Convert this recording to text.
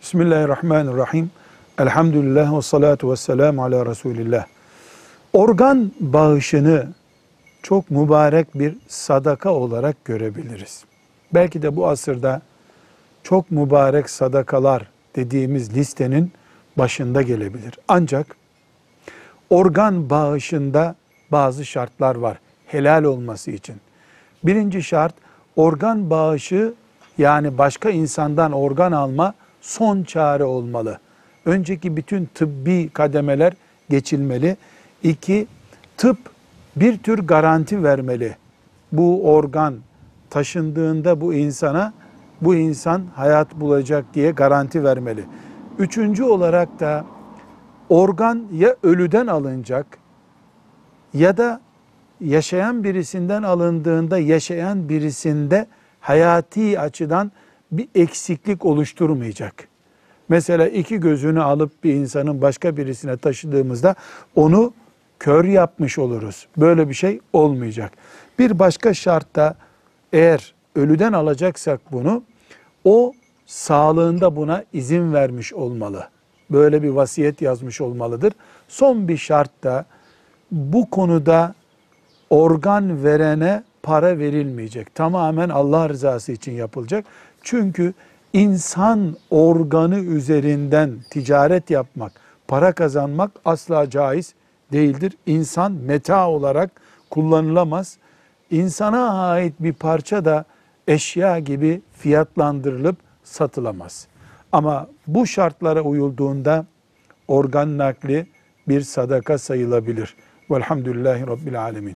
Bismillahirrahmanirrahim. Elhamdülillah ve salatu ve selamu ala Resulillah. Organ bağışını çok mübarek bir sadaka olarak görebiliriz. Belki de bu asırda çok mübarek sadakalar dediğimiz listenin başında gelebilir. Ancak organ bağışında bazı şartlar var helal olması için. Birinci şart, organ bağışı yani başka insandan organ alma son çare olmalı. Önceki bütün tıbbi kademeler geçilmeli. İki, tıp bir tür garanti vermeli. Bu organ taşındığında bu insan hayat bulacak diye garanti vermeli. Üçüncü olarak da organ ya ölüden alınacak ya da yaşayan birisinden alındığında yaşayan birisinde hayati açıdan bir eksiklik oluşturmayacak. Mesela iki gözünü alıp bir insanın başka birisine taşıdığımızda onu kör yapmış oluruz. Böyle bir şey olmayacak. Bir başka şart da eğer ölüden alacaksak bunu, o sağlığında buna izin vermiş olmalı. Böyle bir vasiyet yazmış olmalıdır. Son bir şart da bu konuda organ verene para verilmeyecek. Tamamen Allah rızası için yapılacak. Çünkü insan organı üzerinden ticaret yapmak, para kazanmak asla caiz değildir. İnsan meta olarak kullanılamaz. İnsana ait bir parça da eşya gibi fiyatlandırılıp satılamaz. Ama bu şartlara uyulduğunda organ nakli bir sadaka sayılabilir. Velhamdülillahi Rabbil Alemin.